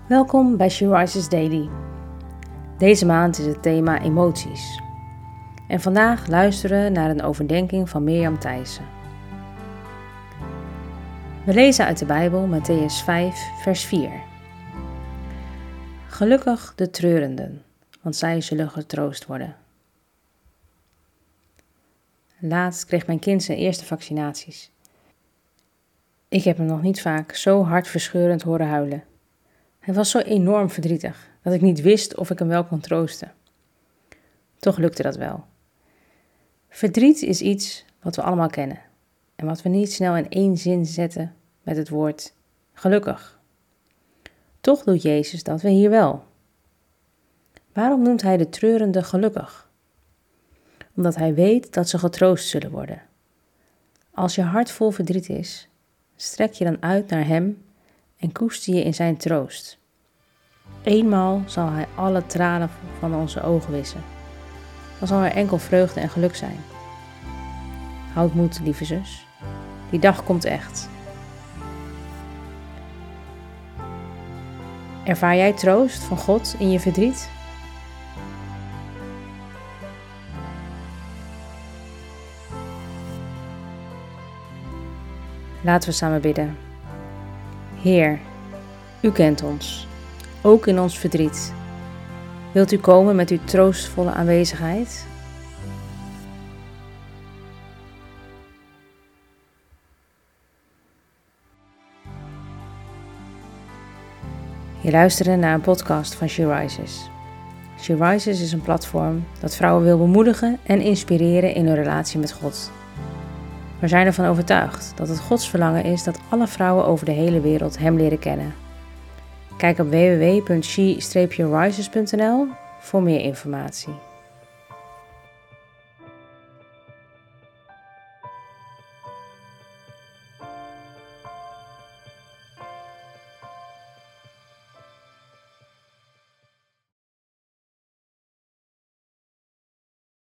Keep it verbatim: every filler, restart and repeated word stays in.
Welkom bij She Rises Daily. Deze maand is het thema emoties. En vandaag luisteren we naar een overdenking van Mirjam Thijssen. We lezen uit de Bijbel Mattheüs vijf, vers vier. Gelukkig de treurenden, want zij zullen getroost worden. Laatst kreeg mijn kind zijn eerste vaccinaties. Ik heb hem nog niet vaak zo hartverscheurend horen huilen. Hij was zo enorm verdrietig dat ik niet wist of ik hem wel kon troosten. Toch lukte dat wel. Verdriet is iets wat we allemaal kennen en wat we niet snel in één zin zetten met het woord gelukkig. Toch doet Jezus dat we hier wel. Waarom noemt hij de treurenden gelukkig? Omdat hij weet dat ze getroost zullen worden. Als je hart vol verdriet is, strek je dan uit naar hem en koester je in zijn troost. Eenmaal zal hij alle tranen van onze ogen wissen. Dan zal er enkel vreugde en geluk zijn. Houd moed, lieve zus. Die dag komt echt. Ervaar jij troost van God in je verdriet? Laten we samen bidden. Heer, u kent ons, ook in ons verdriet. Wilt u komen met uw troostvolle aanwezigheid? Je luisterde naar een podcast van She Rises. She Rises is een platform dat vrouwen wil bemoedigen en inspireren in hun relatie met God. We zijn ervan overtuigd dat het Gods verlangen is dat alle vrouwen over de hele wereld Hem leren kennen. Kijk op w w w punt she rises punt n l voor meer informatie.